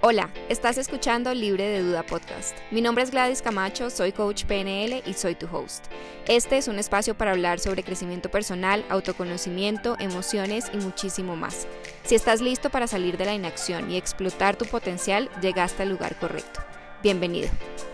Hola, estás escuchando Libre de Duda Podcast. Mi nombre es Gladys Camacho, soy coach PNL y soy tu host. Este es un espacio para hablar sobre crecimiento personal, autoconocimiento, emociones y muchísimo más. Si estás listo para salir de la inacción y explotar tu potencial, llegaste al lugar correcto. Bienvenido.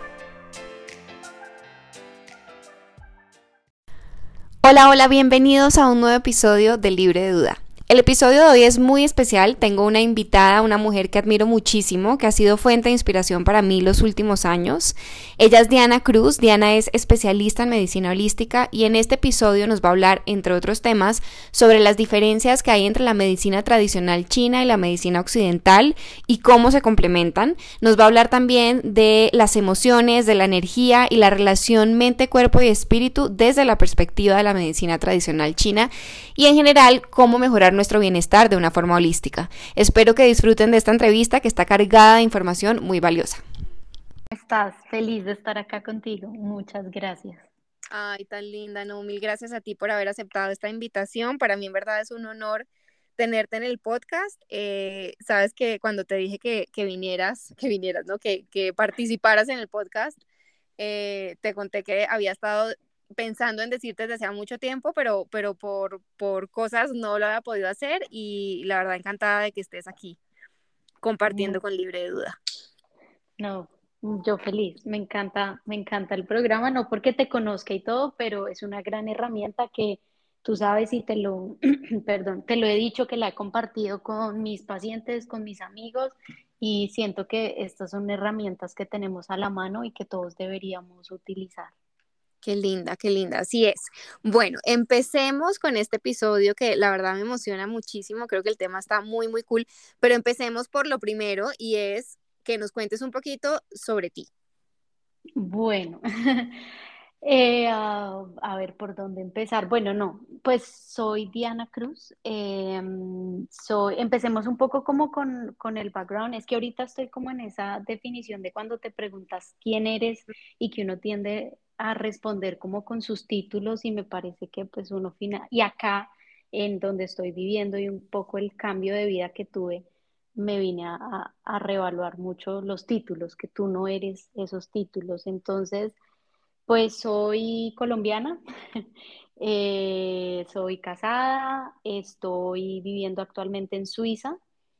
Hola, bienvenidos a un nuevo episodio de Libre de Duda. El episodio de hoy es muy especial, tengo una invitada, una mujer que admiro muchísimo, que ha sido fuente de inspiración para mí los últimos años. Ella es Diana Cruz, Diana es especialista en medicina holística y en este episodio nos va a hablar, entre otros temas, sobre las diferencias que hay entre la medicina tradicional china y la medicina occidental y cómo se complementan. Nos va a hablar también de las emociones, de la energía y la relación mente, cuerpo y espíritu desde la perspectiva de la medicina tradicional china y en general cómo mejorar nuestro bienestar de una forma holística. Espero que disfruten de esta entrevista que está cargada de información muy valiosa. Estás feliz de estar acá contigo. Muchas gracias. Ay, tan linda, no, mil gracias a ti por haber aceptado esta invitación. Para mí en verdad es un honor tenerte en el podcast. Sabes que cuando te dije que vinieras, ¿no? Que participaras en el podcast, te conté que había estado pensando en decirte desde hace mucho tiempo, pero por cosas no lo había podido hacer y la verdad encantada de que estés aquí Mm, compartiendo con Libre de Duda. No, yo feliz. Me encanta el programa, no porque te conozca y todo, pero es una gran herramienta que tú sabes y te lo, perdón, te lo he dicho que la he compartido con mis pacientes, con mis amigos y siento que estas son herramientas que tenemos a la mano y que todos deberíamos utilizar. Qué linda, así es. Bueno, empecemos con este episodio que la verdad me emociona muchísimo, creo que el tema está muy, muy cool, pero empecemos por lo primero y es que nos cuentes un poquito sobre ti. Bueno, a ver por dónde empezar. Bueno, no, pues soy Diana Cruz. Empecemos un poco como con el background. Es que ahorita estoy como en esa definición de cuando te preguntas quién eres y que uno tiende a responder como con sus títulos y me parece que pues uno final, y acá en donde estoy viviendo y un poco el cambio de vida que tuve me vine a reevaluar mucho los títulos, que tú no eres esos títulos. Entonces, pues soy colombiana, soy casada, estoy viviendo actualmente en Suiza.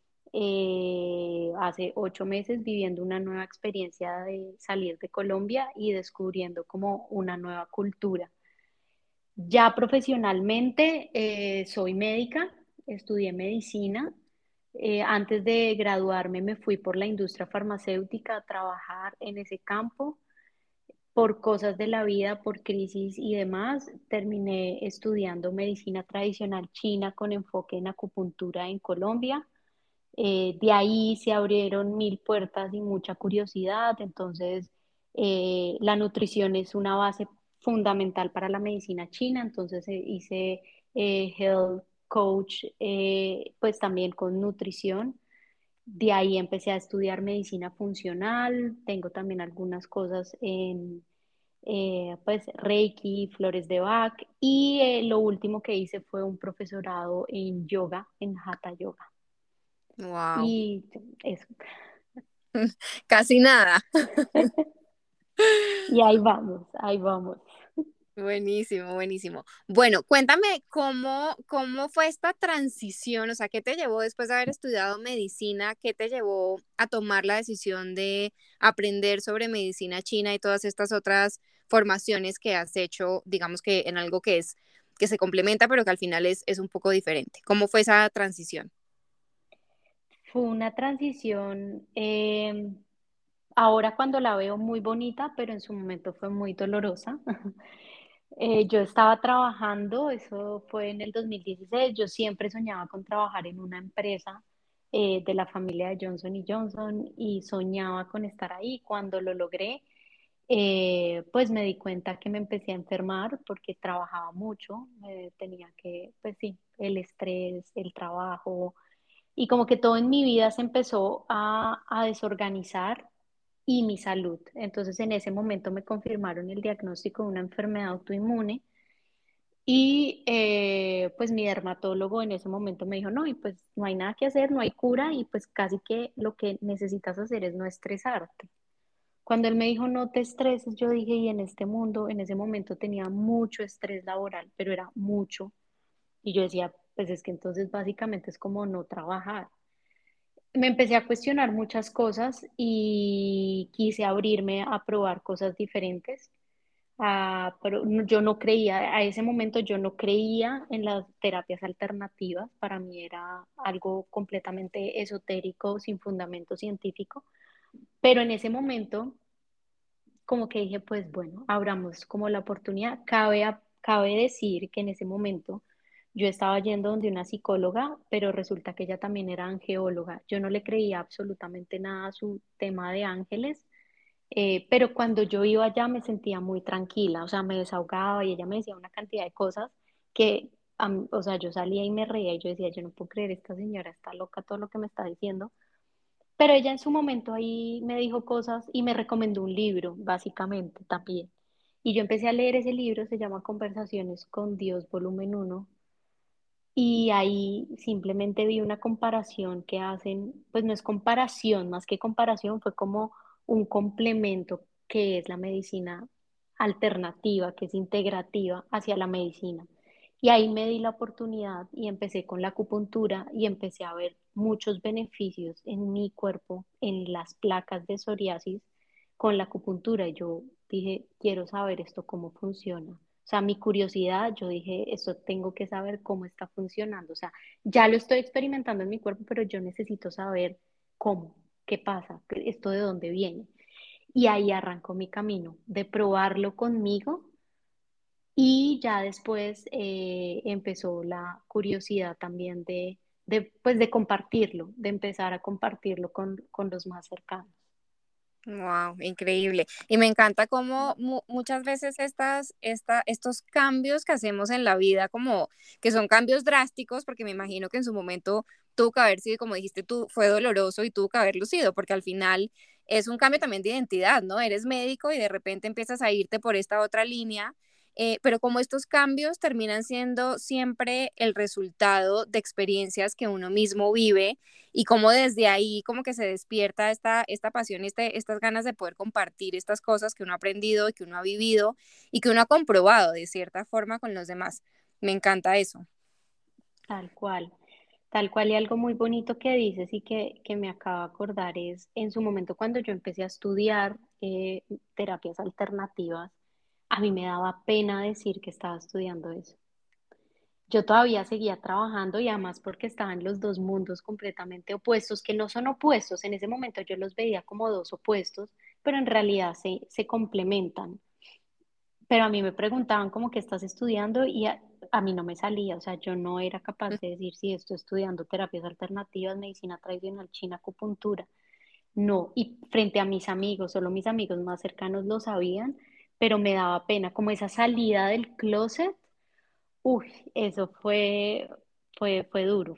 Hace 8 meses viviendo una nueva experiencia de salir de Colombia y descubriendo como una nueva cultura. Ya profesionalmente soy médica, estudié medicina. Antes de graduarme me fui por la industria farmacéutica a trabajar en ese campo. Por cosas de la vida, por crisis y demás, terminé estudiando medicina tradicional china con enfoque en acupuntura en Colombia. De ahí se abrieron mil puertas y mucha curiosidad. Entonces, la nutrición es una base fundamental para la medicina china. Entonces, hice health coach, pues también con nutrición. De ahí empecé a estudiar medicina funcional. Tengo también algunas cosas en pues Reiki, flores de Bach. Y lo último que hice fue un profesorado en yoga, en Hatha Yoga. Wow, Y eso. casi nada. Y ahí vamos, ahí vamos. Buenísimo, buenísimo. Bueno, cuéntame cómo fue esta transición, o sea, ¿qué te llevó después de haber estudiado medicina? ¿Qué te llevó a tomar la decisión de aprender sobre medicina china y todas estas otras formaciones que has hecho, digamos que en algo que se complementa, pero que al final es un poco diferente? ¿Cómo fue esa transición? Fue una transición, ahora cuando la veo muy bonita, pero en su momento fue muy dolorosa. Yo estaba trabajando, eso fue en el 2016. Yo siempre soñaba con trabajar en una empresa de la familia de Johnson y Johnson y soñaba con estar ahí. Cuando lo logré, pues me di cuenta que me empecé a enfermar porque trabajaba mucho, tenía que, pues sí, el estrés, el trabajo y como que todo en mi vida se empezó a desorganizar y mi salud. Entonces en ese momento me confirmaron el diagnóstico de una enfermedad autoinmune Y pues mi dermatólogo en ese momento me dijo, no, y pues no hay nada que hacer, no hay cura y pues casi que lo que necesitas hacer es no estresarte. Cuando él me dijo no te estreses, yo dije, y en este mundo, en ese momento tenía mucho estrés laboral, pero era mucho. Y yo decía, pues es que entonces básicamente es como no trabajar. Me empecé a cuestionar muchas cosas y quise abrirme a probar cosas diferentes. Pero yo no creía, a ese momento yo no creía en las terapias alternativas. Para mí era algo completamente esotérico, sin fundamento científico. Pero en ese momento como que dije, pues bueno, abramos como la oportunidad. Cabe decir que en ese momento yo estaba yendo donde una psicóloga, pero resulta que ella también era angeóloga. Yo no le creía absolutamente nada a su tema de ángeles, pero cuando yo iba allá me sentía muy tranquila, o sea, me desahogaba y ella me decía una cantidad de cosas que, o sea, yo salía y me reía y yo decía, yo no puedo creer, esta señora está loca todo lo que me está diciendo. Pero ella en su momento ahí me dijo cosas y me recomendó un libro, básicamente, también. Y yo empecé a leer ese libro, se llama Conversaciones con Dios, volumen 1, y ahí simplemente vi una comparación que hacen, pues no es comparación, más que comparación, fue como un complemento que es la medicina alternativa, que es integrativa hacia la medicina. Y ahí me di la oportunidad y empecé con la acupuntura y empecé a ver muchos beneficios en mi cuerpo, en las placas de psoriasis con la acupuntura. Y yo dije, quiero saber esto cómo funciona. O sea, mi curiosidad, yo dije, esto tengo que saber cómo está funcionando. O sea, ya lo estoy experimentando en mi cuerpo, pero yo necesito saber cómo, qué pasa, esto de dónde viene. Y ahí arrancó mi camino de probarlo conmigo y ya después empezó la curiosidad también pues de compartirlo, de empezar a compartirlo con los más cercanos. Wow, increíble. Y me encanta cómo muchas veces estos cambios que hacemos en la vida, como que son cambios drásticos, porque me imagino que en su momento tuvo que haber sido, como dijiste tú, fue doloroso y tuvo que haberlo sido, porque al final es un cambio también de identidad, ¿no? Eres médico y de repente empiezas a irte por esta otra línea, pero como estos cambios terminan siendo siempre el resultado de experiencias que uno mismo vive y cómo desde ahí como que se despierta esta pasión y estas ganas de poder compartir estas cosas que uno ha aprendido y que uno ha vivido y que uno ha comprobado de cierta forma con los demás. Me encanta eso. Tal cual, tal cual. Y algo muy bonito que dices y que me acabo de acordar es en su momento cuando yo empecé a estudiar terapias alternativas, a mí me daba pena decir que estaba estudiando eso. Yo todavía seguía trabajando y además porque estaban los dos mundos completamente opuestos, que no son opuestos, en ese momento yo los veía como dos opuestos, pero en realidad se complementan. Pero a mí me preguntaban como que estás estudiando y a mí no me salía, o sea, yo no era capaz de decir si estoy estudiando terapias alternativas, medicina tradicional, china, acupuntura. No, y frente a mis amigos, solo mis amigos más cercanos lo sabían, pero me daba pena, como esa salida del closet. Uy, eso fue duro,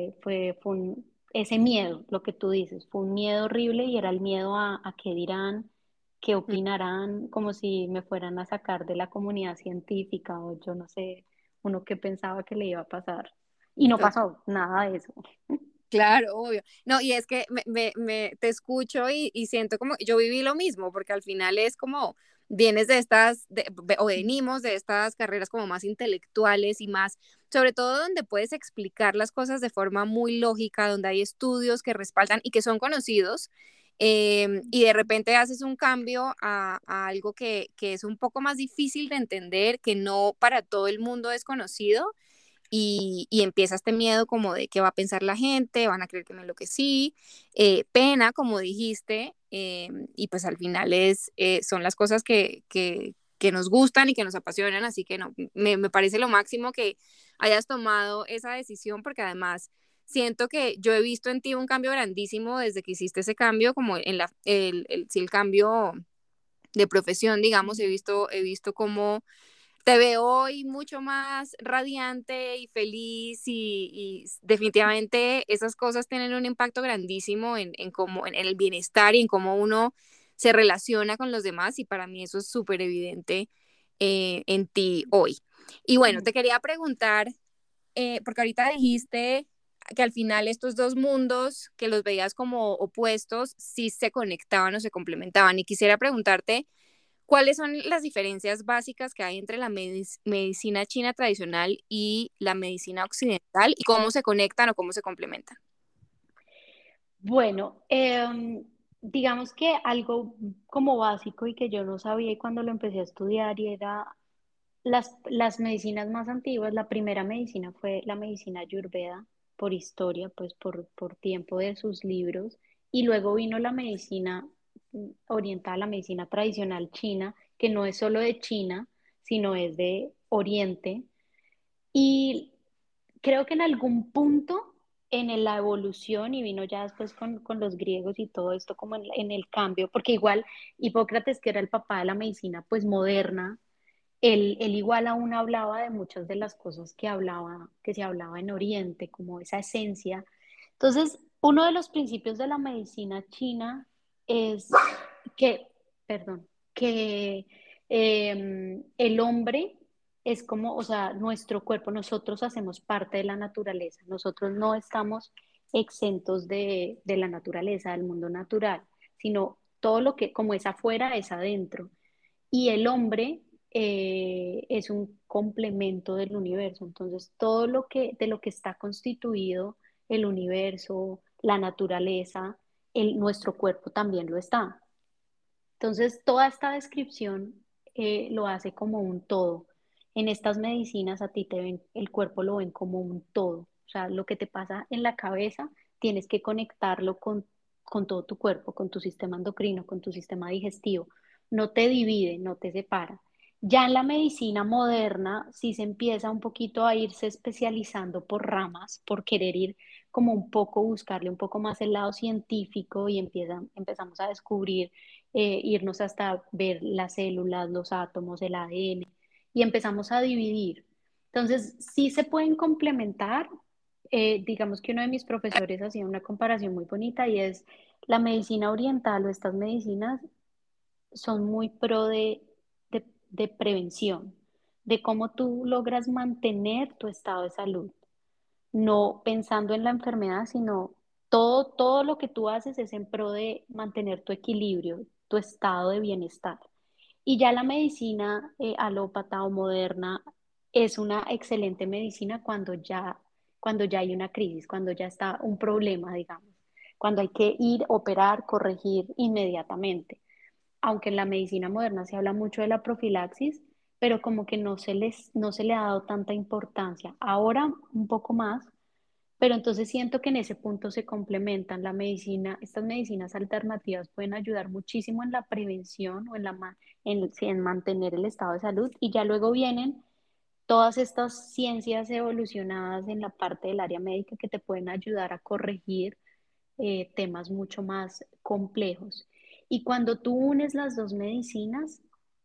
ese miedo, lo que tú dices, fue un miedo horrible y era el miedo a qué dirán, qué opinarán, como si me fueran a sacar de la comunidad científica o yo no sé, uno que pensaba que le iba a pasar. Y no pasó nada de eso. Claro, obvio. No, y es que te escucho y siento como yo viví lo mismo, porque al final es como vienes o venimos de estas carreras como más intelectuales y más, sobre todo donde puedes explicar las cosas de forma muy lógica, donde hay estudios que respaldan y que son conocidos, y de repente haces un cambio a algo que es un poco más difícil de entender, que no para todo el mundo es conocido y empieza este miedo como de qué va a pensar la gente, van a creer que me enloquecí, pena, como dijiste, y pues al final son las cosas que nos gustan y que nos apasionan, así que no, me parece lo máximo que hayas tomado esa decisión porque además siento que yo he visto en ti un cambio grandísimo desde que hiciste ese cambio, como en sí, el cambio de profesión, digamos, he visto cómo te veo hoy mucho más radiante y feliz y definitivamente esas cosas tienen un impacto grandísimo en cómo, en el bienestar y en cómo uno se relaciona con los demás y para mí eso es súper evidente en ti hoy. Y bueno, Mm. te quería preguntar, porque ahorita dijiste que al final estos dos mundos que los veías como opuestos sí se conectaban o se complementaban. Y quisiera preguntarte, ¿cuáles son las diferencias básicas que hay entre la medicina china tradicional y la medicina occidental y cómo se conectan o cómo se complementan? Bueno, digamos que algo como básico y que yo no sabía y cuando lo empecé a estudiar y era las medicinas más antiguas, la primera medicina fue la medicina Ayurveda por historia, pues por tiempo de sus libros, y luego vino la medicina oriental, la medicina tradicional china, que no es solo de China, sino es de Oriente, y creo que en algún punto la evolución, y vino ya después con los griegos y todo esto como en el cambio, porque igual Hipócrates, que era el papá de la medicina pues moderna, él igual aún hablaba de muchas de las cosas que se hablaba en Oriente, como esa esencia. Entonces, uno de los principios de la medicina china es que, perdón, que el hombre es como, o sea, nuestro cuerpo, nosotros hacemos parte de la naturaleza, nosotros no estamos exentos de la naturaleza, del mundo natural, sino todo lo que como es afuera es adentro. Y el hombre es un complemento del universo. Entonces, todo lo que, de lo que está constituido el universo, la naturaleza, nuestro cuerpo también lo está. Entonces, toda esta descripción lo hace como un todo. En estas medicinas a ti te ven, el cuerpo lo ven como un todo. O sea, lo que te pasa en la cabeza, tienes que conectarlo con todo tu cuerpo, con tu sistema endocrino, con tu sistema digestivo. No te divide, no te separa. Ya en la medicina moderna sí se empieza un poquito a irse especializando por ramas, por querer ir como un poco, buscarle un poco más el lado científico y empezamos a descubrir irnos hasta ver las células, los átomos, el ADN, y empezamos a dividir. Entonces, sí se pueden complementar. Digamos que uno de mis profesores hacía una comparación muy bonita y es la medicina oriental o estas medicinas son muy pro de prevención, de cómo tú logras mantener tu estado de salud, no pensando en la enfermedad, sino todo lo que tú haces es en pro de mantener tu equilibrio, tu estado de bienestar. Y ya la medicina alópata o moderna es una excelente medicina cuando ya hay una crisis, cuando ya está un problema, digamos, cuando hay que ir, operar, corregir inmediatamente. Aunque en la medicina moderna se habla mucho de la profilaxis, pero como que no se le ha dado tanta importancia. Ahora un poco más, pero entonces siento que en ese punto se complementan la medicina, estas medicinas alternativas pueden ayudar muchísimo en la prevención o sí, en mantener el estado de salud y ya luego vienen todas estas ciencias evolucionadas en la parte del área médica que te pueden ayudar a corregir temas mucho más complejos. Y cuando tú unes las dos medicinas,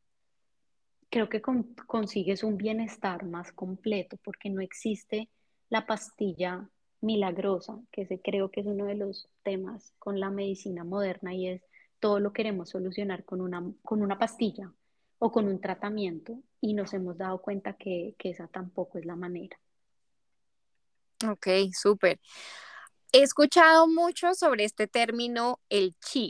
creo que consigues un bienestar más completo porque no existe la pastilla milagrosa, que ese creo que es uno de los temas con la medicina moderna y es todo lo queremos solucionar con una pastilla o con un tratamiento y nos hemos dado cuenta que esa tampoco es la manera. Ok, súper. He escuchado mucho sobre este término, el chi.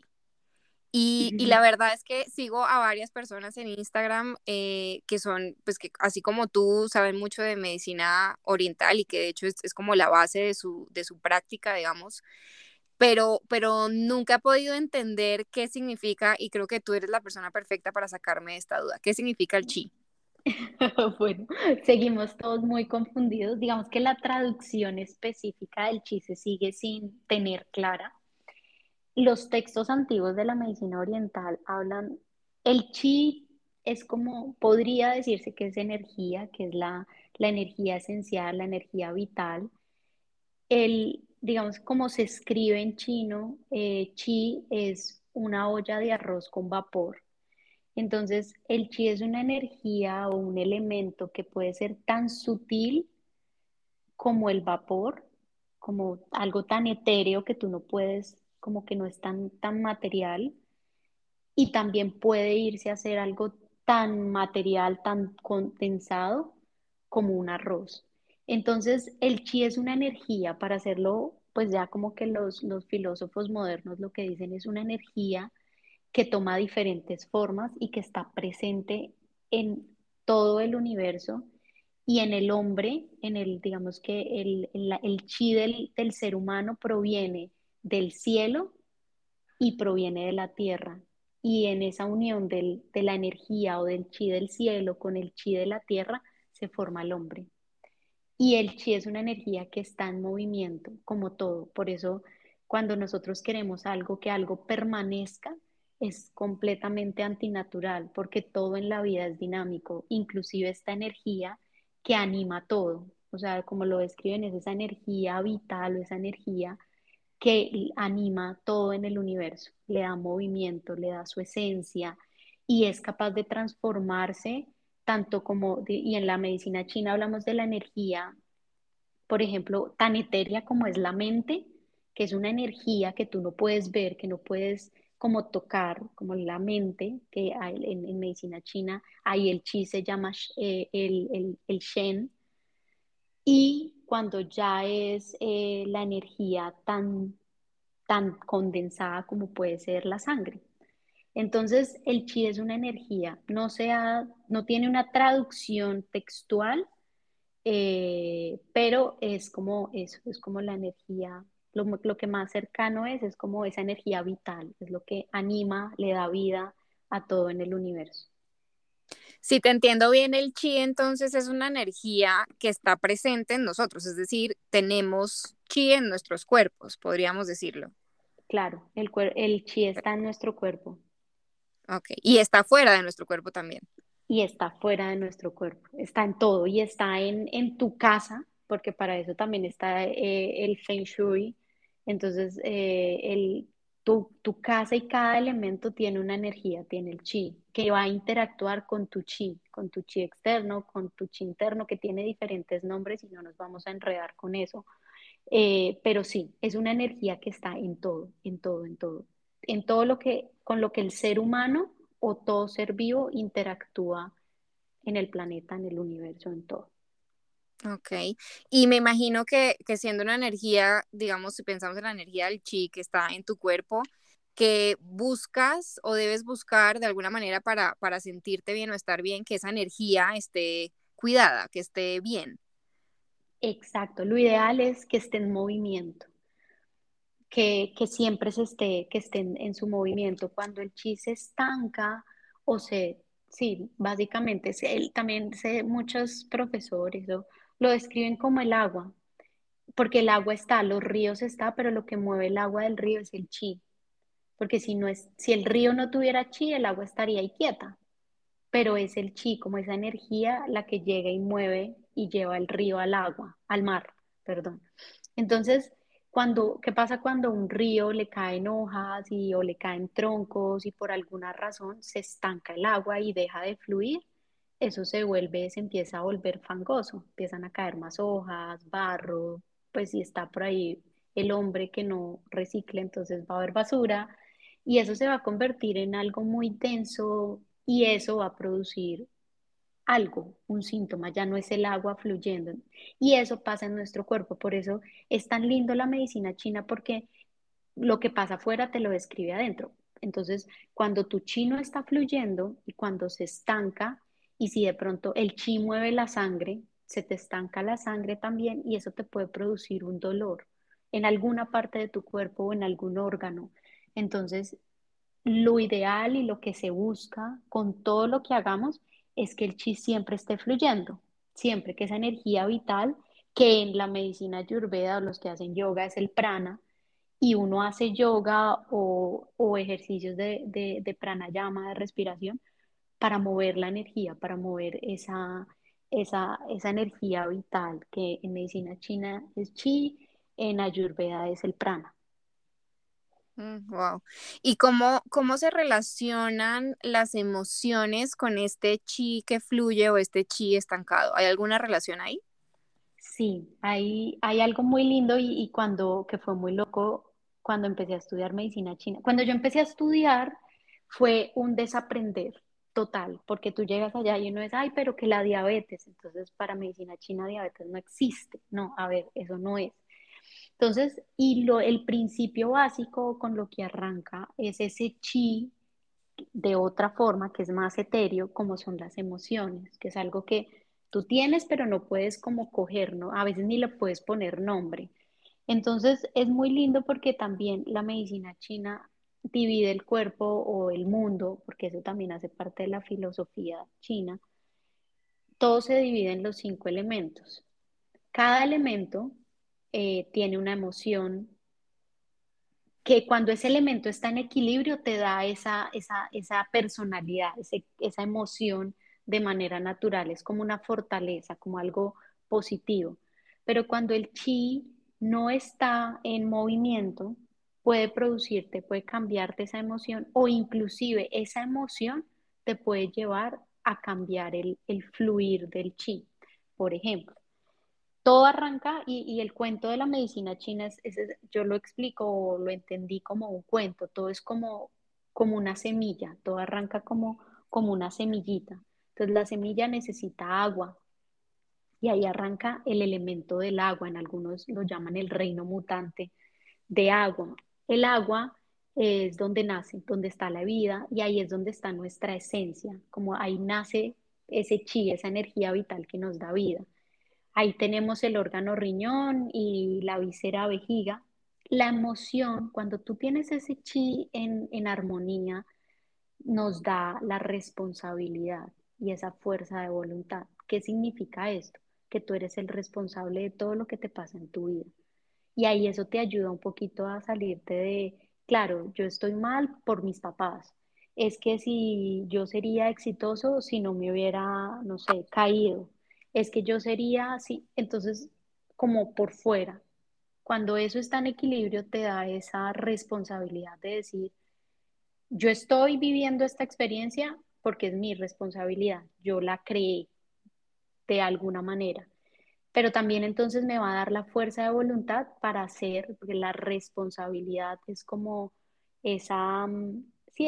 Y la verdad es que sigo a varias personas en Instagram que son, pues que así como tú, saben mucho de medicina oriental y que de hecho es como la base de su práctica, digamos, pero nunca he podido entender qué significa y creo que tú eres la persona perfecta para sacarme de esta duda. ¿Qué significa el chi? Bueno, seguimos todos muy confundidos. Digamos que la traducción específica del chi se sigue sin tener clara. Los textos antiguos de la medicina oriental hablan, el chi es como, podría decirse que es energía, que es la energía esencial, la energía vital. Digamos, como se escribe en chino, chi es una olla de arroz con vapor. Entonces, el chi es una energía o un elemento que puede ser tan sutil como el vapor, como algo tan etéreo que tú no puedes, como que no es tan material, y también puede irse a hacer algo tan material, tan condensado como un arroz. Entonces, el chi es una energía, para hacerlo, pues ya como que los filósofos modernos lo que dicen es una energía que toma diferentes formas y que está presente en todo el universo y en el hombre, digamos que el chi del ser humano proviene del cielo y proviene de la tierra. Y en esa unión de la energía o del chi del cielo con el chi de la tierra se forma el hombre. Y el chi es una energía que está en movimiento, como todo. Por eso, cuando nosotros queremos algo, que algo permanezca, es completamente antinatural, porque todo en la vida es dinámico, inclusive esta energía que anima todo. O sea, como lo describen, es esa energía vital o esa energía que anima todo en el universo, le da movimiento, le da su esencia y es capaz de transformarse tanto y en la medicina china hablamos de la energía, por ejemplo, tan etérea como es la mente, que es una energía que tú no puedes ver, que no puedes como tocar, como la mente, que en medicina china, ahí el chi se llama el shen, y cuando ya es la energía tan condensada como puede ser la sangre. Entonces, el chi es una energía, no tiene una traducción textual, pero es como eso, es como la energía, lo que más cercano es como esa energía vital, es lo que anima, le da vida a todo en el universo. Si te entiendo bien, el chi entonces es una energía que está presente en nosotros, es decir, tenemos chi en nuestros cuerpos, podríamos decirlo. Claro, el chi está en nuestro cuerpo Ok, y está fuera de nuestro cuerpo también. y está fuera de nuestro cuerpo, está en todo y está en tu casa, porque para eso también está el Feng Shui. Entonces, tu casa y cada elemento tiene una energía, tiene el chi, que va a interactuar con tu chi externo, con tu chi interno, que tiene diferentes nombres y no nos vamos a enredar con eso. Pero sí, es una energía que está en todo, en todo, en todo. En todo con lo que el ser humano o todo ser vivo interactúa en el planeta, en el universo, en todo. Ok, y me imagino que siendo una energía, digamos, si pensamos en la energía del chi que está en tu cuerpo, que buscas o debes buscar de alguna manera para sentirte bien o estar bien, que esa energía esté cuidada, que esté bien. Exacto, lo ideal es que esté en movimiento, que siempre que esté en su movimiento. Cuando el chi se estanca sí, básicamente, también sé, muchos profesores lo describen como el agua, porque el agua está, los ríos está, pero lo que mueve el agua del río es el chi, porque si el río no tuviera chi, el agua estaría ahí quieta, pero es el chi, como esa energía la que llega y mueve y lleva el río al agua, al mar, perdón. Entonces, ¿qué pasa cuando un río le caen hojas o le caen troncos y por alguna razón se estanca el agua y deja de fluir? Eso se empieza a volver fangoso, empiezan a caer más hojas, barro, pues si está por ahí el hombre que no recicle, entonces va a haber basura y eso se va a convertir en algo muy denso y eso va a producir algo, un síntoma, ya no es el agua fluyendo. Y eso pasa en nuestro cuerpo. Por eso es tan lindo la medicina china porque lo que pasa afuera te lo describe adentro. Entonces, cuando tu chi no está fluyendo y cuando se estanca, y si de pronto el chi mueve la sangre, se te estanca la sangre también y eso te puede producir un dolor en alguna parte de tu cuerpo o en algún órgano. Entonces, lo ideal y lo que se busca con todo lo que hagamos es que el chi siempre esté fluyendo, siempre que esa energía vital, que en la medicina ayurveda o los que hacen yoga es el prana, y uno hace yoga o ejercicios de pranayama, de respiración, para mover la energía, para mover esa energía vital, que en medicina china es chi, en ayurveda es el prana. Wow. ¿Y cómo se relacionan las emociones con este chi que fluye o este chi estancado? ¿Hay alguna relación ahí? Sí, hay algo muy lindo y que fue muy loco cuando empecé a estudiar medicina china. Cuando yo empecé a estudiar fue un desaprender. total, porque tú llegas allá y uno es, ay, pero que la diabetes, entonces para medicina china diabetes no existe, no, a ver, eso no es. Entonces, el principio básico con lo que arranca es ese chi de otra forma, que es más etéreo, como son las emociones, que es algo que tú tienes, pero no puedes como coger, ¿no? A veces ni le puedes poner nombre. Entonces, es muy lindo porque también la medicina china divide el cuerpo o el mundo, porque eso también hace parte de la filosofía china. Todo se divide en los 5 elementos. Cada elemento tiene una emoción que cuando ese elemento está en equilibrio te da esa personalidad, esa emoción de manera natural, es como una fortaleza, como algo positivo. Pero cuando el chi no está en movimiento, puede producirte, puede cambiarte esa emoción o inclusive esa emoción te puede llevar a cambiar el fluir del chi. Por ejemplo, todo arranca y el cuento de la medicina china yo lo explico o lo entendí como un cuento, todo es como una semilla, todo arranca como una semillita. Entonces la semilla necesita agua y ahí arranca el elemento del agua, en algunos lo llaman el reino mutante de agua. El agua es donde nace, donde está la vida y ahí es donde está nuestra esencia, como ahí nace ese chi, esa energía vital que nos da vida. Ahí tenemos el órgano riñón y la víscera vejiga. La emoción, cuando tú tienes ese chi en armonía, nos da la responsabilidad y esa fuerza de voluntad. ¿Qué significa esto? Que tú eres el responsable de todo lo que te pasa en tu vida. Y ahí eso te ayuda un poquito a salirte claro, yo estoy mal por mis papás. Es que si yo sería exitoso si no me hubiera, no sé, caído. Es que yo sería así, entonces como por fuera. Cuando eso está en equilibrio, te da esa responsabilidad de decir, yo estoy viviendo esta experiencia porque es mi responsabilidad, yo la creé de alguna manera, pero también entonces me va a dar la fuerza de voluntad para hacer, porque la responsabilidad es como esa, sí,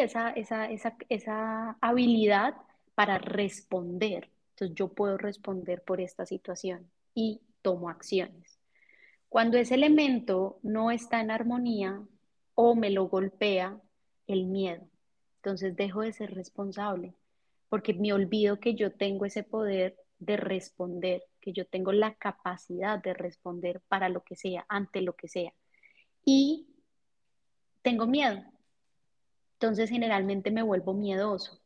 esa habilidad para responder. Entonces yo puedo responder por esta situación y tomo acciones. Cuando ese elemento no está en armonía o me lo golpea el miedo, entonces dejo de ser responsable porque me olvido que yo tengo ese poder de responder, que yo tengo la capacidad de responder para lo que sea, ante lo que sea. Y tengo miedo, entonces generalmente me vuelvo miedoso.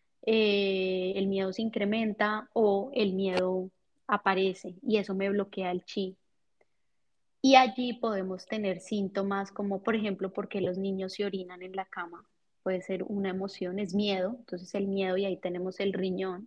El miedo se incrementa o el miedo aparece y eso me bloquea el chi. Y allí podemos tener síntomas como, por ejemplo, porque los niños se orinan en la cama. Puede ser una emoción, es miedo, entonces el miedo y ahí tenemos el riñón.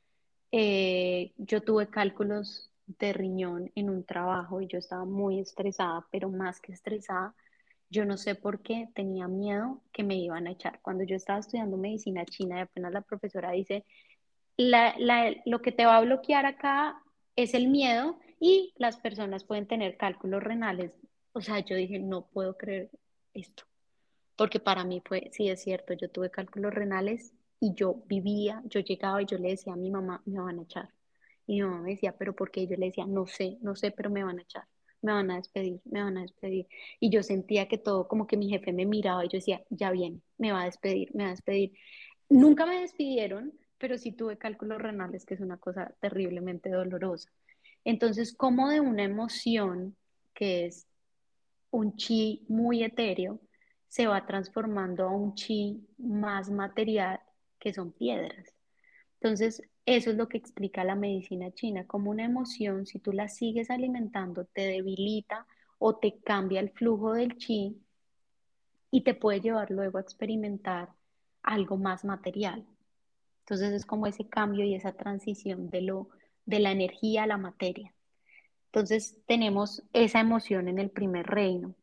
Yo tuve cálculos de riñón en un trabajo y yo estaba muy estresada, pero más que estresada, yo no sé por qué tenía miedo que me iban a echar. Cuando yo estaba estudiando medicina china y apenas la profesora dice, lo que te va a bloquear acá es el miedo y las personas pueden tener cálculos renales. O sea, yo dije, no puedo creer esto, porque para mí fue, sí es cierto, yo tuve cálculos renales y yo vivía, yo llegaba y yo le decía a mi mamá, me van a echar. Y mi mamá me decía, pero ¿por qué? Yo le decía, no sé, no sé, pero me van a echar, me van a despedir, me van a despedir. Y yo sentía que todo, como que mi jefe me miraba y yo decía, ya viene, me va a despedir, me va a despedir. Nunca me despidieron, pero sí tuve cálculos renales, que es una cosa terriblemente dolorosa. Entonces, como de una emoción que es un chi muy etéreo, se va transformando a un chi más material, que son piedras. Entonces, eso es lo que explica la medicina china, como una emoción, si tú la sigues alimentando, te debilita o te cambia el flujo del chi y te puede llevar luego a experimentar algo más material. Entonces es como ese cambio y esa transición de la energía a la materia. Entonces tenemos esa emoción en el primer reino,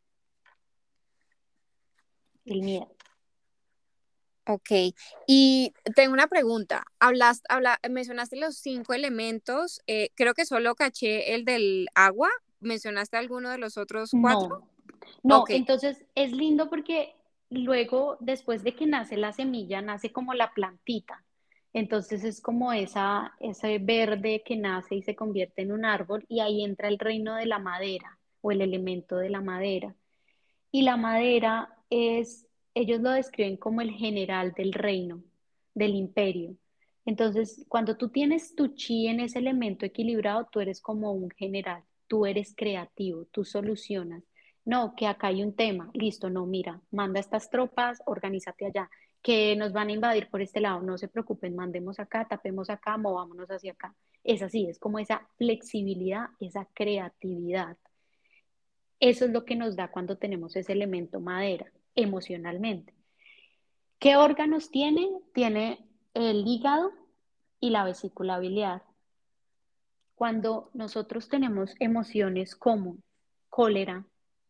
el miedo. Ok, y tengo una pregunta. Mencionaste los 5 elementos, creo que solo caché el del agua. ¿Mencionaste alguno de los otros 4? No, no, Ok, entonces es lindo porque luego, después de que nace la semilla, nace como la plantita. Entonces es como ese verde que nace y se convierte en un árbol y ahí entra el reino de la madera o el elemento de la madera. Y la madera es, ellos lo describen como el general del reino, del imperio. Entonces, cuando tú tienes tu chi en ese elemento equilibrado, tú eres como un general, tú eres creativo, tú solucionas. No, que acá hay un tema, listo, no, mira, manda estas tropas, organízate allá, que nos van a invadir por este lado, no se preocupen, mandemos acá, tapemos acá, movámonos hacia acá. Es así, es como esa flexibilidad, esa creatividad. Eso es lo que nos da cuando tenemos ese elemento madera, emocionalmente. ¿Qué órganos tiene? Tiene el hígado y la vesícula biliar. Cuando nosotros tenemos emociones como cólera,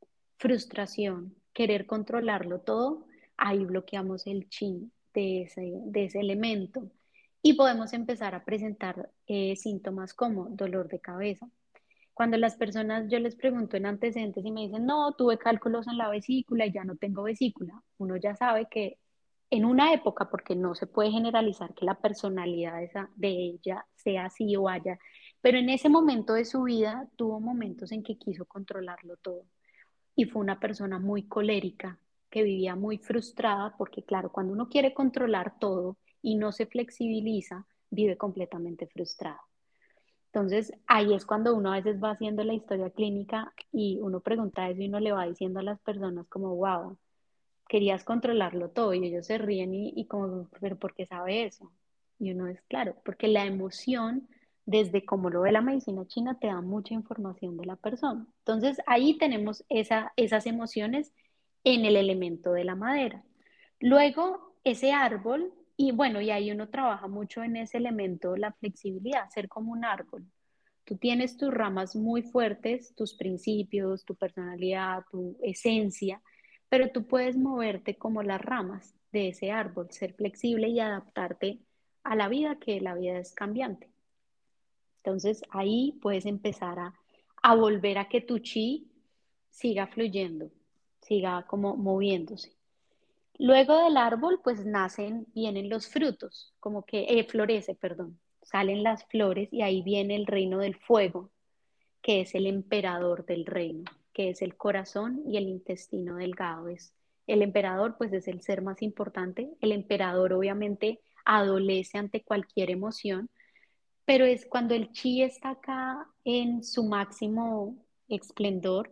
frustración, querer controlarlo todo, ahí bloqueamos el chi de ese elemento y podemos empezar a presentar síntomas como dolor de cabeza. Cuando las personas, yo les pregunto en antecedentes y me dicen, no, tuve cálculos en la vesícula y ya no tengo vesícula, uno ya sabe que en una época, porque no se puede generalizar que la personalidad de ella sea así o haya, pero en ese momento de su vida tuvo momentos en que quiso controlarlo todo y fue una persona muy colérica, que vivía muy frustrada porque, claro, cuando uno quiere controlar todo y no se flexibiliza, vive completamente frustrado. Entonces, ahí es cuando uno a veces va haciendo la historia clínica y uno pregunta eso y uno le va diciendo a las personas como, wow, querías controlarlo todo y ellos se ríen y como, pero ¿por qué sabe eso? Y uno es claro, porque la emoción, desde como lo ve la medicina china, te da mucha información de la persona. Entonces, ahí tenemos esas emociones en el elemento de la madera. Luego, ese árbol, y bueno, y ahí uno trabaja mucho en ese elemento, la flexibilidad, ser como un árbol. Tú tienes tus ramas muy fuertes, tus principios, tu personalidad, tu esencia, pero tú puedes moverte como las ramas de ese árbol, ser flexible y adaptarte a la vida, que la vida es cambiante. Entonces ahí puedes empezar a volver a que tu chi siga fluyendo, siga como moviéndose. Luego del árbol, pues vienen los frutos, como que florece, perdón, salen las flores y ahí viene el reino del fuego, que es el emperador del reino, que es el corazón y el intestino delgado. El emperador, pues es el ser más importante. El emperador obviamente adolece ante cualquier emoción, pero es cuando el chi está acá en su máximo esplendor,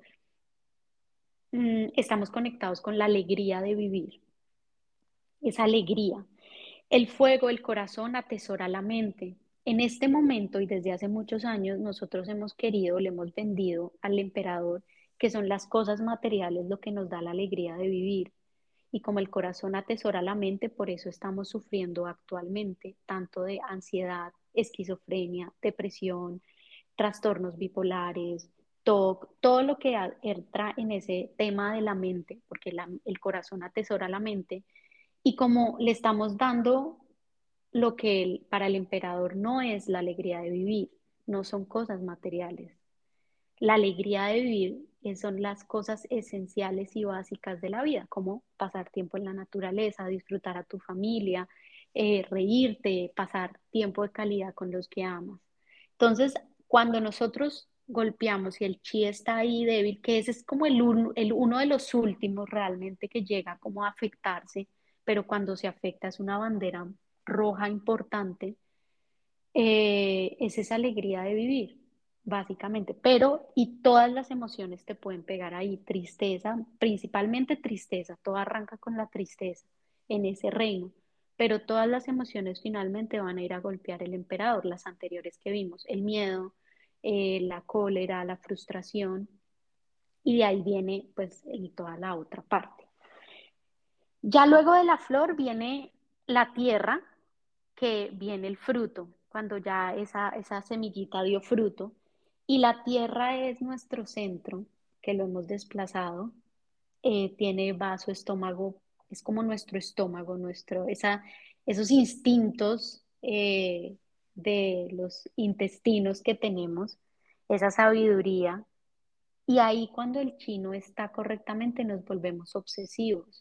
estamos conectados con la alegría de vivir, esa alegría. El fuego, el corazón atesora la mente. En este momento y desde hace muchos años nosotros hemos querido, le hemos vendido al emperador que son las cosas materiales lo que nos da la alegría de vivir. Y como el corazón atesora la mente, por eso estamos sufriendo actualmente tanto de ansiedad, esquizofrenia, depresión, trastornos bipolares, TOC, todo lo que entra en ese tema de la mente, porque el corazón atesora la mente y como le estamos dando lo que para el emperador no es la alegría de vivir, no son cosas materiales. La alegría de vivir son las cosas esenciales y básicas de la vida, como pasar tiempo en la naturaleza, disfrutar a tu familia, reírte, pasar tiempo de calidad con los que amas. Entonces, cuando nosotros golpeamos y el chi está ahí débil, que ese es como uno de los últimos realmente que llega como a afectarse, pero cuando se afecta es una bandera roja importante, es esa alegría de vivir, básicamente. Pero, y todas las emociones te pueden pegar ahí, tristeza, principalmente tristeza, todo arranca con la tristeza en ese reino, pero todas las emociones finalmente van a ir a golpear el emperador, las anteriores que vimos, el miedo, la cólera, la frustración, y de ahí viene pues toda la otra parte. Ya luego de la flor viene la tierra, que viene el fruto, cuando ya esa semillita dio fruto, y la tierra es nuestro centro, que lo hemos desplazado, tiene vaso, estómago, es como nuestro estómago, esos instintos de los intestinos que tenemos, esa sabiduría, y ahí cuando el chino está correctamente nos volvemos obsesivos.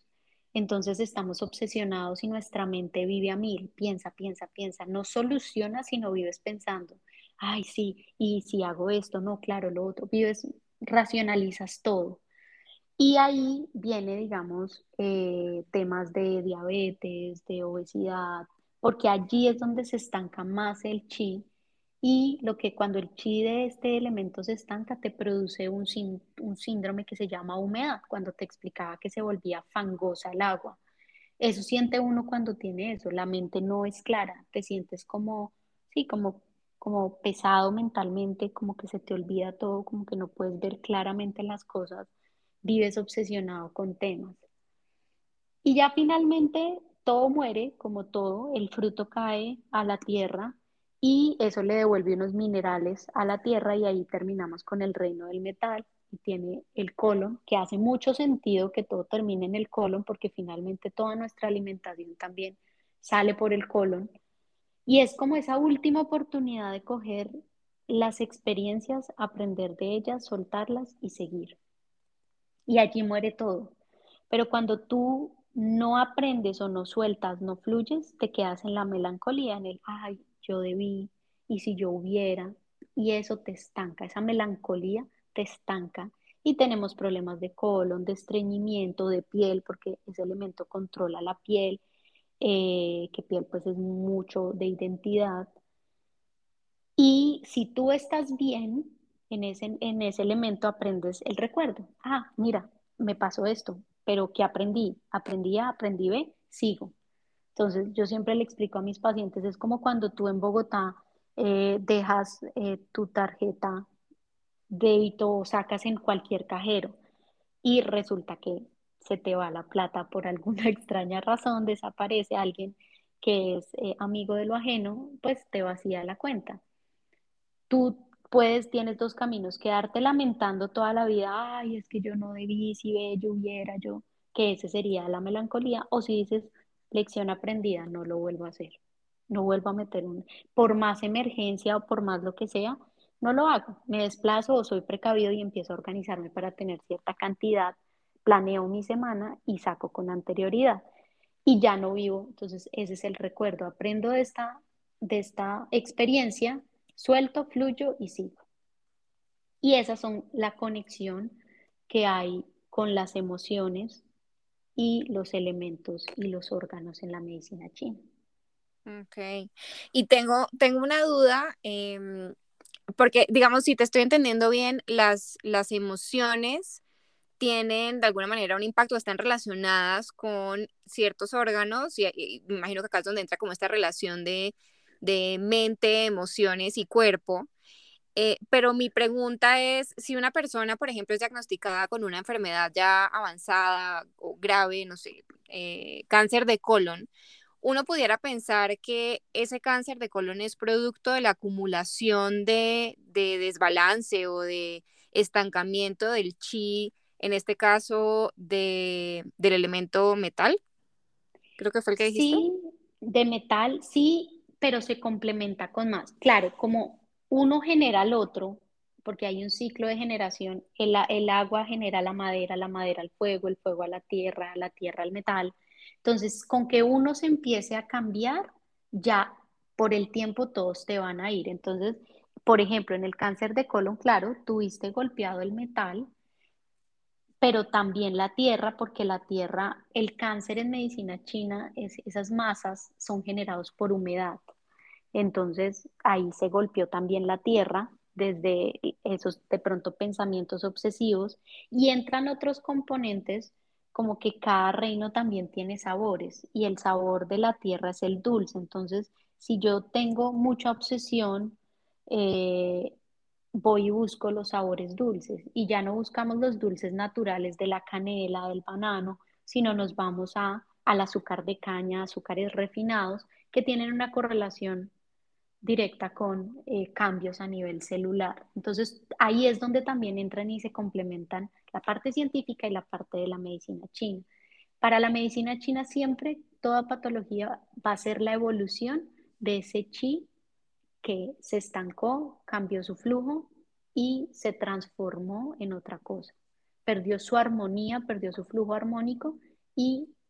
Entonces estamos obsesionados y nuestra mente vive a mil, piensa, piensa, piensa, no soluciona, sino vives pensando, ay, sí, y si hago esto, no, claro, lo otro, vives, racionalizas todo. Y ahí viene, digamos, temas de diabetes, de obesidad, porque allí es donde se estanca más el chi y lo que cuando el chi de este elemento se estanca te produce un síndrome que se llama humedad, cuando te explicaba que se volvía fangosa el agua. Eso siente uno cuando tiene eso, la mente no es clara, te sientes como, sí, como pesado mentalmente, como que se te olvida todo, como que no puedes ver claramente las cosas, vives obsesionado con temas. Y ya finalmente todo muere, como todo, el fruto cae a la tierra y eso le devuelve unos minerales a la tierra y ahí terminamos con el reino del metal y tiene el colon, que hace mucho sentido que todo termine en el colon porque finalmente toda nuestra alimentación también sale por el colon y es como esa última oportunidad de coger las experiencias, aprender de ellas, soltarlas y seguir. Y allí muere todo. Pero cuando tú no aprendes o no sueltas, no fluyes, te quedas en la melancolía, en el, ay, yo debí, y si yo hubiera, y eso te estanca, esa melancolía te estanca. Y tenemos problemas de colon, de estreñimiento, de piel, porque ese elemento controla la piel, que piel pues es mucho de identidad. Y si tú estás bien en ese elemento, aprendes el recuerdo. Ah, mira, me pasó esto, pero ¿qué aprendí? Aprendí A, aprendí B, sigo. Entonces, yo siempre le explico a mis pacientes, es como cuando tú en Bogotá dejas tu tarjeta débito o sacas en cualquier cajero y resulta que se te va la plata por alguna extraña razón, desaparece alguien que es amigo de lo ajeno, pues te vacía la cuenta. Tú puedes, tienes dos caminos, quedarte lamentando toda la vida, ay, es que yo no debí, si ve, yo hubiera, yo, que ese sería la melancolía, o si dices, lección aprendida, no lo vuelvo a hacer, no vuelvo a meter un, por más emergencia o por más lo que sea, no lo hago, me desplazo o soy precavido y empiezo a organizarme para tener cierta cantidad, planeo mi semana y saco con anterioridad y ya no vivo. Entonces, ese es el recuerdo. Aprendo de esta experiencia, suelto, fluyo y sigo. Y esas son la conexión que hay con las emociones y los elementos y los órganos en la medicina china. Ok. Y tengo una duda, porque digamos, si te estoy entendiendo bien, las emociones tienen de alguna manera un impacto, están relacionadas con ciertos órganos y me imagino que acá es donde entra como esta relación de mente, emociones y cuerpo. Pero mi pregunta es, si una persona, por ejemplo, es diagnosticada con una enfermedad ya avanzada o grave, no sé, cáncer de colon, uno pudiera pensar que ese cáncer de colon es producto de la acumulación de desbalance o de estancamiento del chi, en este caso del elemento metal, creo que fue el que dijiste. Sí, de metal, sí, pero se complementa con más. Claro, como uno genera al otro, porque hay un ciclo de generación, el agua genera la madera al fuego, el fuego a la tierra al metal. Entonces, con que uno se empiece a cambiar, ya por el tiempo todos te van a ir. Entonces, por ejemplo, en el cáncer de colon, claro, tuviste golpeado el metal, pero también la tierra, porque la tierra, el cáncer en medicina china, esas masas son generados por humedad. Entonces ahí se golpeó también la tierra desde esos de pronto pensamientos obsesivos y entran otros componentes como que cada reino también tiene sabores y el sabor de la tierra es el dulce. Entonces, si yo tengo mucha obsesión, eh, voy y busco los sabores dulces y ya no buscamos los dulces naturales de la canela, del banano, sino nos vamos al azúcar de caña, azúcares refinados que tienen una correlación directa con cambios a nivel celular. Entonces, ahí es donde también entran y se complementan la parte científica y la parte de la medicina china. Para la medicina china siempre toda patología va a ser la evolución de ese chi que se estancó, cambió su flujo y se transformó en otra cosa. Perdió su armonía, perdió su flujo armónico y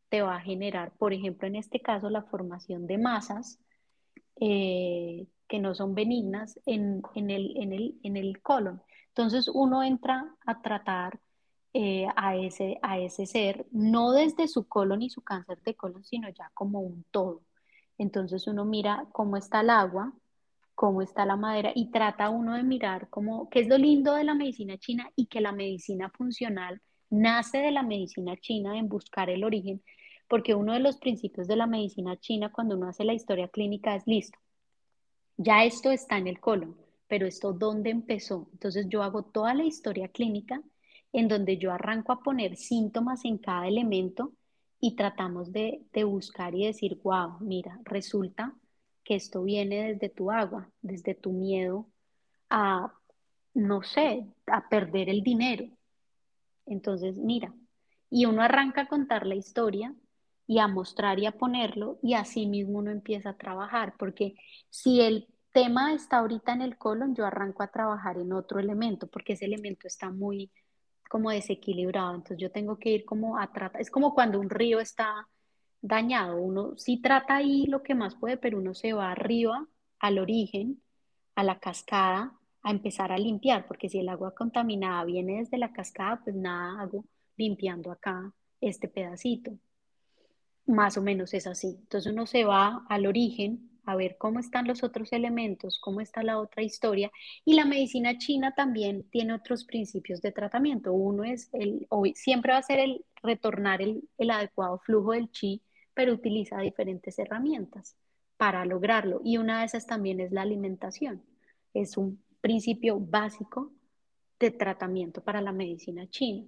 te va a generar, por ejemplo, en este caso, la formación de masas que no son benignas en el colon. Entonces uno entra a tratar a ese ser, no desde su colon y su cáncer de colon, sino ya como un todo. Entonces uno mira cómo está el agua, cómo está la madera y trata uno de mirar cómo, qué es lo lindo de la medicina china y que la medicina funcional nace de la medicina china en buscar el origen, porque uno de los principios de la medicina china cuando uno hace la historia clínica es listo. Ya esto está en el colon, pero esto ¿dónde empezó? Entonces yo hago toda la historia clínica en donde yo arranco a poner síntomas en cada elemento y tratamos de buscar y decir, wow, mira, resulta que esto viene desde tu agua, desde tu miedo a, no sé, a perder el dinero. Entonces, mira, y uno arranca a contar la historia y a mostrar y a ponerlo y así mismo uno empieza a trabajar, porque si el tema está ahorita en el colon, yo arranco a trabajar en otro elemento, porque ese elemento está muy como desequilibrado, entonces yo tengo que ir como a tratar, es como cuando un río está dañado, uno sí trata ahí lo que más puede, pero uno se va arriba al origen, a la cascada, a empezar a limpiar, porque si el agua contaminada viene desde la cascada, pues nada hago limpiando acá este pedacito. Más o menos es así. Entonces uno se va al origen a ver cómo están los otros elementos, cómo está la otra historia. Y la medicina china también tiene otros principios de tratamiento. Uno es siempre va a ser el retornar el adecuado flujo del chi, pero utiliza diferentes herramientas para lograrlo. Y una de esas también es la alimentación. Es un principio básico de tratamiento para la medicina china.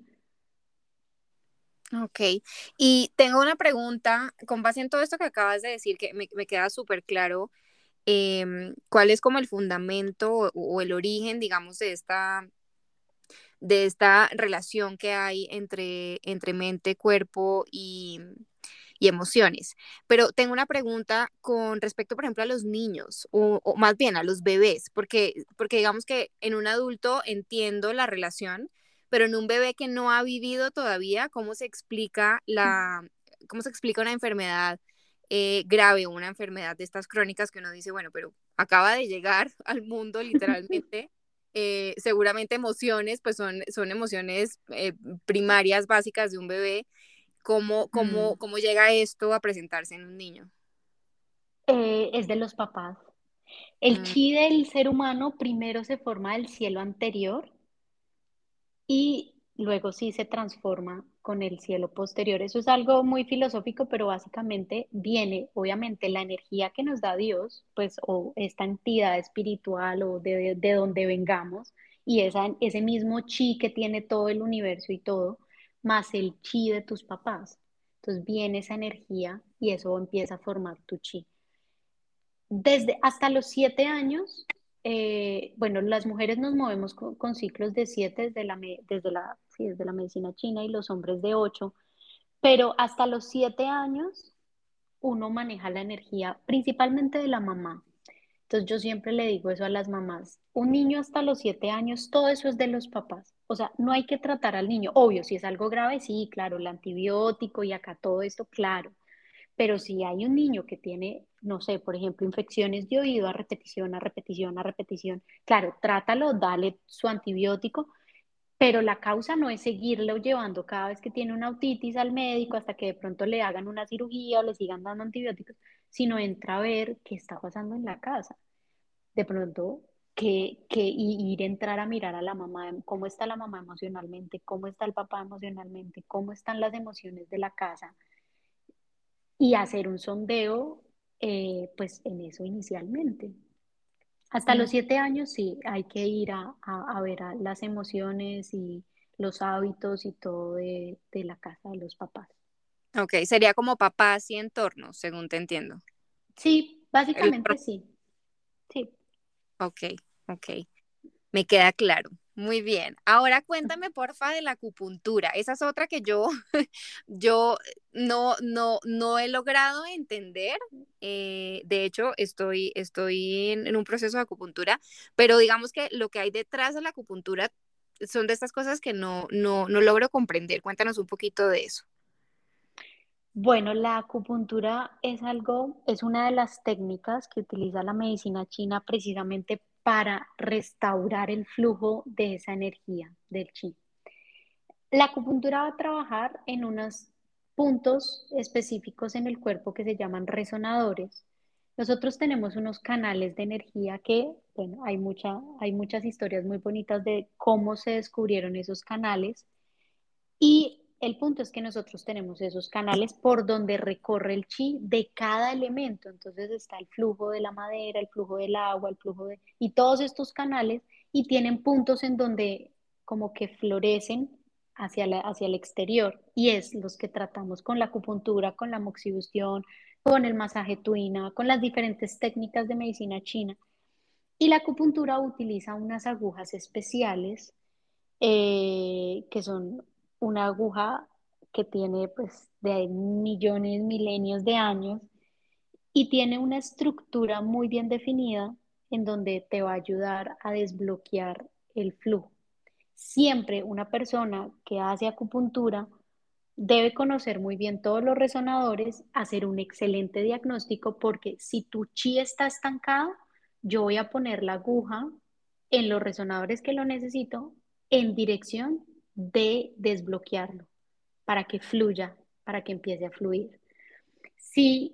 Ok, y tengo una pregunta con base en todo esto que acabas de decir, que me queda súper claro, cuál es como el fundamento o el origen, digamos, de esta relación que hay entre mente, cuerpo y emociones. Pero tengo una pregunta con respecto, por ejemplo, a los niños o más bien a los bebés, porque digamos que en un adulto entiendo la relación, pero en un bebé que no ha vivido todavía, cómo se explica una enfermedad grave o una enfermedad de estas crónicas que uno dice, bueno, pero acaba de llegar al mundo literalmente? Seguramente emociones, pues son emociones primarias básicas de un bebé. Mm. ¿Cómo llega esto a presentarse en un niño? Es de los papás. El Mm, chi del ser humano primero se forma del cielo anterior y luego sí se transforma con el cielo posterior. Eso es algo muy filosófico, pero básicamente viene, obviamente, la energía que nos da Dios, pues, o esta entidad espiritual o de donde vengamos, y ese mismo chi que tiene todo el universo y todo, más el chi de tus papás. Entonces viene esa energía y eso empieza a formar tu chi. Desde hasta los 7 años, bueno, las mujeres nos movemos con ciclos de 7 sí, desde la medicina china y los hombres de 8, pero hasta los 7 años uno maneja la energía principalmente de la mamá. Entonces yo siempre le digo eso a las mamás, un niño hasta los 7 años, todo eso es de los papás. O sea, no hay que tratar al niño. Obvio, si es algo grave, sí, claro, el antibiótico y acá todo esto, claro. Pero si hay un niño que tiene, no sé, por ejemplo, infecciones de oído a repetición, a repetición, a repetición, claro, trátalo, dale su antibiótico, pero la causa no es seguirlo llevando cada vez que tiene una otitis al médico hasta que de pronto le hagan una cirugía o le sigan dando antibióticos, sino entra a ver qué está pasando en la casa. De pronto, y ir a entrar a mirar a la mamá, cómo está la mamá emocionalmente, cómo está el papá emocionalmente, cómo están las emociones de la casa y hacer un sondeo, pues en eso inicialmente. Hasta mm, los 7 años sí, hay que ir a ver las emociones y los hábitos y todo de la casa de los papás. ok, sería como papás y entornos, según te entiendo. Sí, El- básicamente sí, sí. ok, ok, me queda claro. Muy bien. Ahora cuéntame, porfa, de la acupuntura. Esa es otra que yo no he logrado entender. De hecho, estoy en un proceso de acupuntura, pero digamos que lo que hay detrás de la acupuntura son de estas cosas que no logro comprender. Cuéntanos un poquito de eso. Bueno, la acupuntura es una de las técnicas que utiliza la medicina china precisamente para restaurar el flujo de esa energía del chi. La acupuntura va a trabajar en unos puntos específicos en el cuerpo que se llaman resonadores. Nosotros tenemos unos canales de energía que, bueno, hay muchas historias muy bonitas de cómo se descubrieron esos canales y el punto es que nosotros tenemos esos canales por donde recorre el chi de cada elemento. Entonces está el flujo de la madera, el flujo del agua, el flujo de... y todos estos canales y tienen puntos en donde como que florecen hacia el exterior y es los que tratamos con la acupuntura, con la moxibustión, con el masaje tuina, con las diferentes técnicas de medicina china. Y la acupuntura utiliza unas agujas especiales que son una aguja que tiene pues de millones, milenios de años y tiene una estructura muy bien definida en donde te va a ayudar a desbloquear el flujo. Siempre una persona que hace acupuntura debe conocer muy bien todos los resonadores, hacer un excelente diagnóstico porque si tu chi está estancado, yo voy a poner la aguja en los resonadores que lo necesito en dirección de desbloquearlo para que fluya, para que empiece a fluir. Si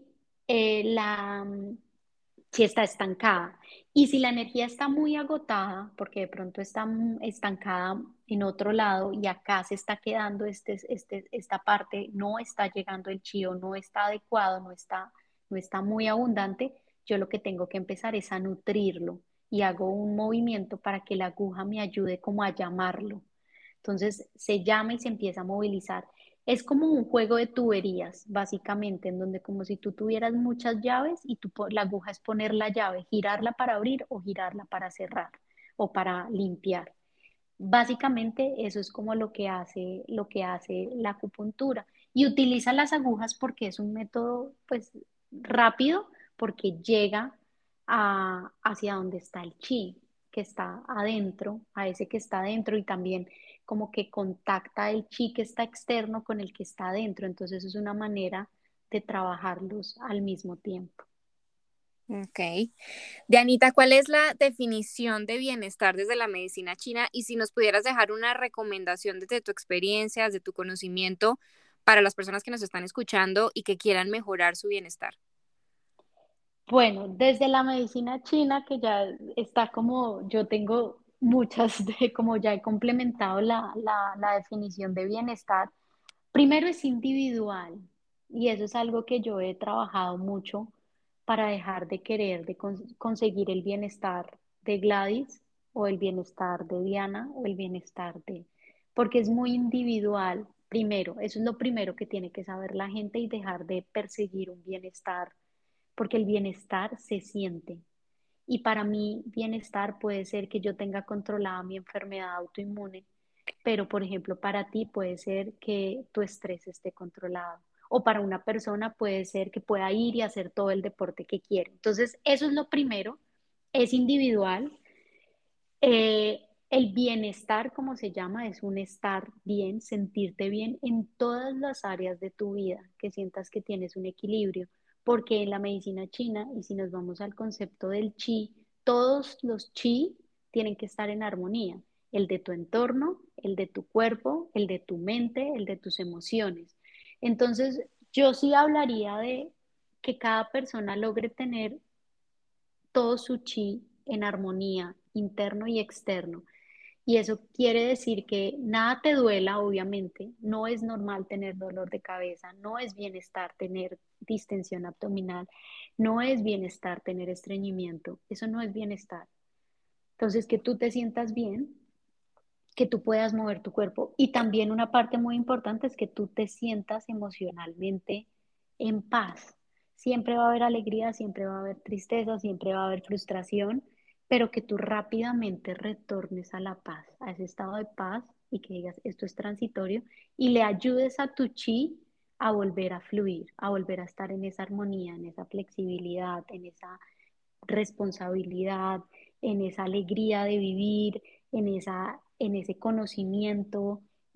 si está estancada. Y si la energía está muy agotada, porque de pronto está estancada en otro lado y acá se está quedando esta parte, no está llegando el chi o no está adecuado, no está muy abundante, yo lo que tengo que empezar es a nutrirlo y hago un movimiento para que la aguja me ayude como a llamarlo. Entonces se llama y se empieza a movilizar. Es como un juego de tuberías, básicamente, en donde como si tú tuvieras muchas llaves y la aguja es poner la llave, girarla para abrir o girarla para cerrar o para limpiar. Básicamente eso es como lo que hace la acupuntura. Y utiliza las agujas porque es un método pues rápido, porque llega hacia donde está el chi, que está adentro, a ese que está adentro y también como que contacta el chi que está externo con el que está adentro. Entonces es una manera de trabajarlos al mismo tiempo. Ok. Dianita, ¿cuál es la definición de bienestar desde la medicina china? Y si nos pudieras dejar una recomendación desde tu experiencia, desde tu conocimiento, para las personas que nos están escuchando y que quieran mejorar su bienestar. Bueno, desde la medicina china, que ya está como, yo tengo muchas, como ya he complementado la definición de bienestar, primero es individual y eso es algo que yo he trabajado mucho para dejar de querer, de conseguir el bienestar de Gladys o el bienestar de Diana o el bienestar de, porque es muy individual. Primero, eso es lo primero que tiene que saber la gente y dejar de perseguir un bienestar porque el bienestar se siente. Y para mí, bienestar puede ser que yo tenga controlada mi enfermedad autoinmune, pero por ejemplo, para ti puede ser que tu estrés esté controlado. O para una persona puede ser que pueda ir y hacer todo el deporte que quiere. Entonces, eso es lo primero, es individual. El bienestar, como se llama, es un estar bien, sentirte bien en todas las áreas de tu vida, que sientas que tienes un equilibrio, porque en la medicina china, y si nos vamos al concepto del chi, todos los chi tienen que estar en armonía, el de tu entorno, el de tu cuerpo, el de tu mente, el de tus emociones. Entonces, yo sí hablaría de que cada persona logre tener todo su chi en armonía, interno y externo. Y eso quiere decir que nada te duela, obviamente. No es normal tener dolor de cabeza, no es bienestar tener distensión abdominal, no es bienestar tener estreñimiento, eso no es bienestar. Entonces, que tú te sientas bien, que tú puedas mover tu cuerpo y también una parte muy importante es que tú te sientas emocionalmente en paz. Siempre va a haber alegría, siempre va a haber tristeza, siempre va a haber frustración, pero que tú rápidamente retornes a la paz, a ese estado de paz y que digas, esto es transitorio y le ayudes a tu chi a volver a fluir, a volver a estar en esa armonía, en esa flexibilidad, en esa responsabilidad, en esa alegría de vivir, en ese conocimiento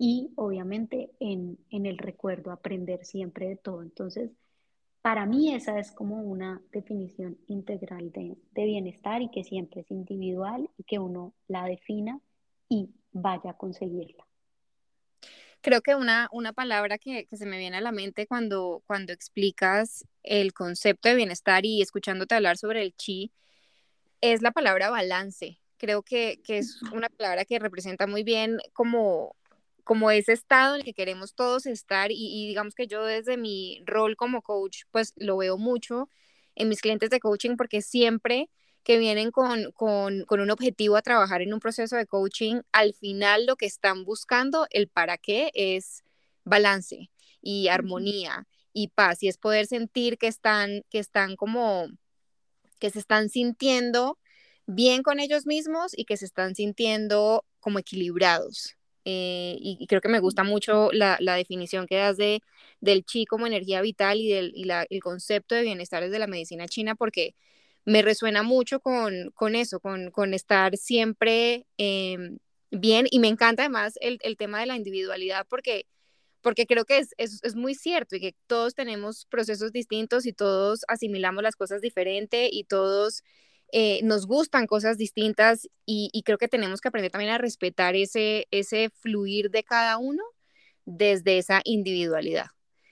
y obviamente en el recuerdo, aprender siempre de todo. Entonces, para mí esa es como una definición integral de bienestar y que siempre es individual y que uno la defina y vaya a conseguirla. Creo que una palabra que se me viene a la mente cuando explicas el concepto de bienestar y escuchándote hablar sobre el chi es la palabra balance. Creo que es una palabra que representa muy bien como ese estado en el que queremos todos estar y digamos que yo desde mi rol como coach pues lo veo mucho en mis clientes de coaching porque siempre que vienen con un objetivo a trabajar en un proceso de coaching, al final lo que están buscando, el para qué, es balance y armonía y paz y es poder sentir que están como que se están sintiendo bien con ellos mismos y que se están sintiendo como equilibrados. Y creo que me gusta mucho la definición que das del chi como energía vital el concepto de bienestar desde la medicina china, porque me resuena mucho con eso, con estar siempre bien. Y me encanta además el tema de la individualidad, porque creo que es muy cierto y que todos tenemos procesos distintos y todos asimilamos las cosas diferente y todos nos gustan cosas distintas y creo que tenemos que aprender también a respetar ese fluir de cada uno desde esa individualidad.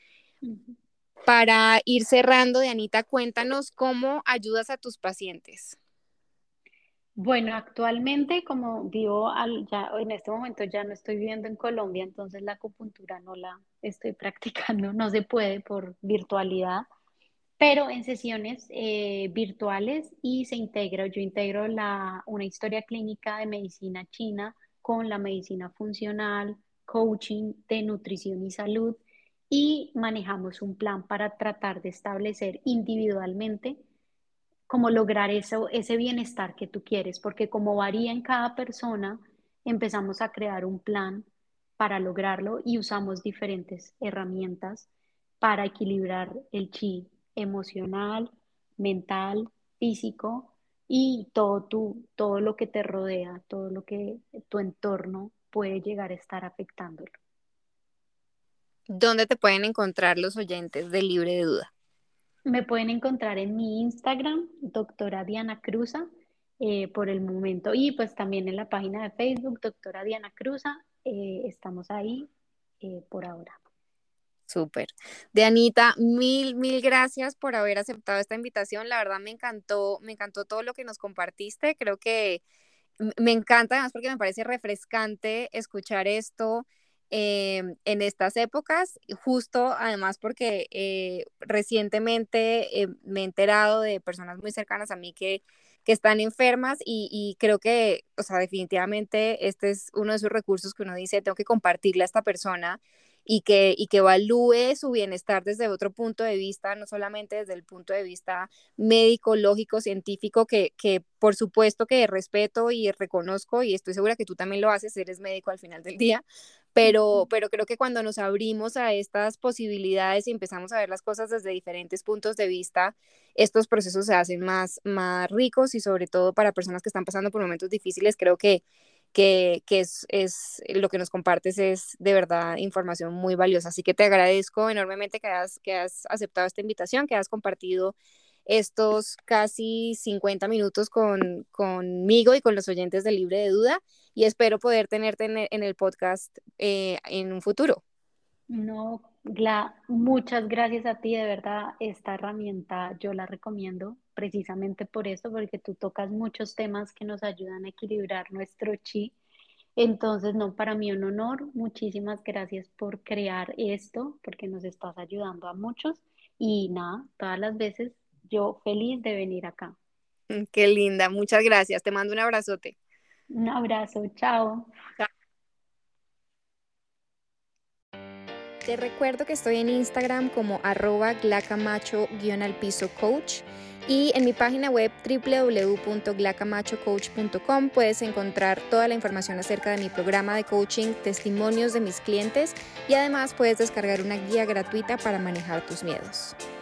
Para ir cerrando, Dianita, cuéntanos cómo ayudas a tus pacientes. Bueno, actualmente como vivo ya en este momento ya no estoy viviendo en Colombia, entonces la acupuntura no la estoy practicando, no se puede por virtualidad, pero en sesiones virtuales y yo integro una historia clínica de medicina china con la medicina funcional, coaching de nutrición y salud y manejamos un plan para tratar de establecer individualmente cómo lograr eso, ese bienestar que tú quieres, porque como varía en cada persona, empezamos a crear un plan para lograrlo y usamos diferentes herramientas para equilibrar el chi emocional, mental, físico y todo lo que te rodea, todo lo que tu entorno puede llegar a estar afectándolo. ¿Dónde te pueden encontrar los oyentes de Libre de Duda? Me pueden encontrar en mi Instagram, doctora Diana Cruza, por el momento, y pues también en la página de Facebook, doctora Diana Cruza, estamos ahí por ahora. Súper. Dianita, mil gracias por haber aceptado esta invitación. La verdad me encantó todo lo que nos compartiste. Creo que me encanta además porque me parece refrescante escuchar esto en estas épocas, justo además porque recientemente me he enterado de personas muy cercanas a mí que están enfermas y creo que, o sea, definitivamente este es uno de esos recursos que uno dice, tengo que compartirle a esta persona y que evalúe su bienestar desde otro punto de vista, no solamente desde el punto de vista médico, lógico, científico, que por supuesto que respeto y reconozco, y estoy segura que tú también lo haces, eres médico al final del día, pero creo que cuando nos abrimos a estas posibilidades y empezamos a ver las cosas desde diferentes puntos de vista, estos procesos se hacen más ricos y sobre todo para personas que están pasando por momentos difíciles, creo que es lo que nos compartes es de verdad información muy valiosa. Así que te agradezco enormemente que has aceptado esta invitación, que has compartido estos casi 50 minutos conmigo y con los oyentes de Libre de Duda y espero poder tenerte en el podcast en un futuro. No, muchas gracias a ti, de verdad, esta herramienta yo la recomiendo precisamente por eso, porque tú tocas muchos temas que nos ayudan a equilibrar nuestro chi. Entonces, no, para mí un honor. Muchísimas gracias por crear esto, porque nos estás ayudando a muchos. Y nada, todas las veces yo feliz de venir acá. Qué linda, muchas gracias. Te mando un abrazote. Un abrazo, chao. Te recuerdo que estoy en Instagram como @glacamacho_coach y en mi página web www.glacamachocoach.com puedes encontrar toda la información acerca de mi programa de coaching, testimonios de mis clientes y además puedes descargar una guía gratuita para manejar tus miedos.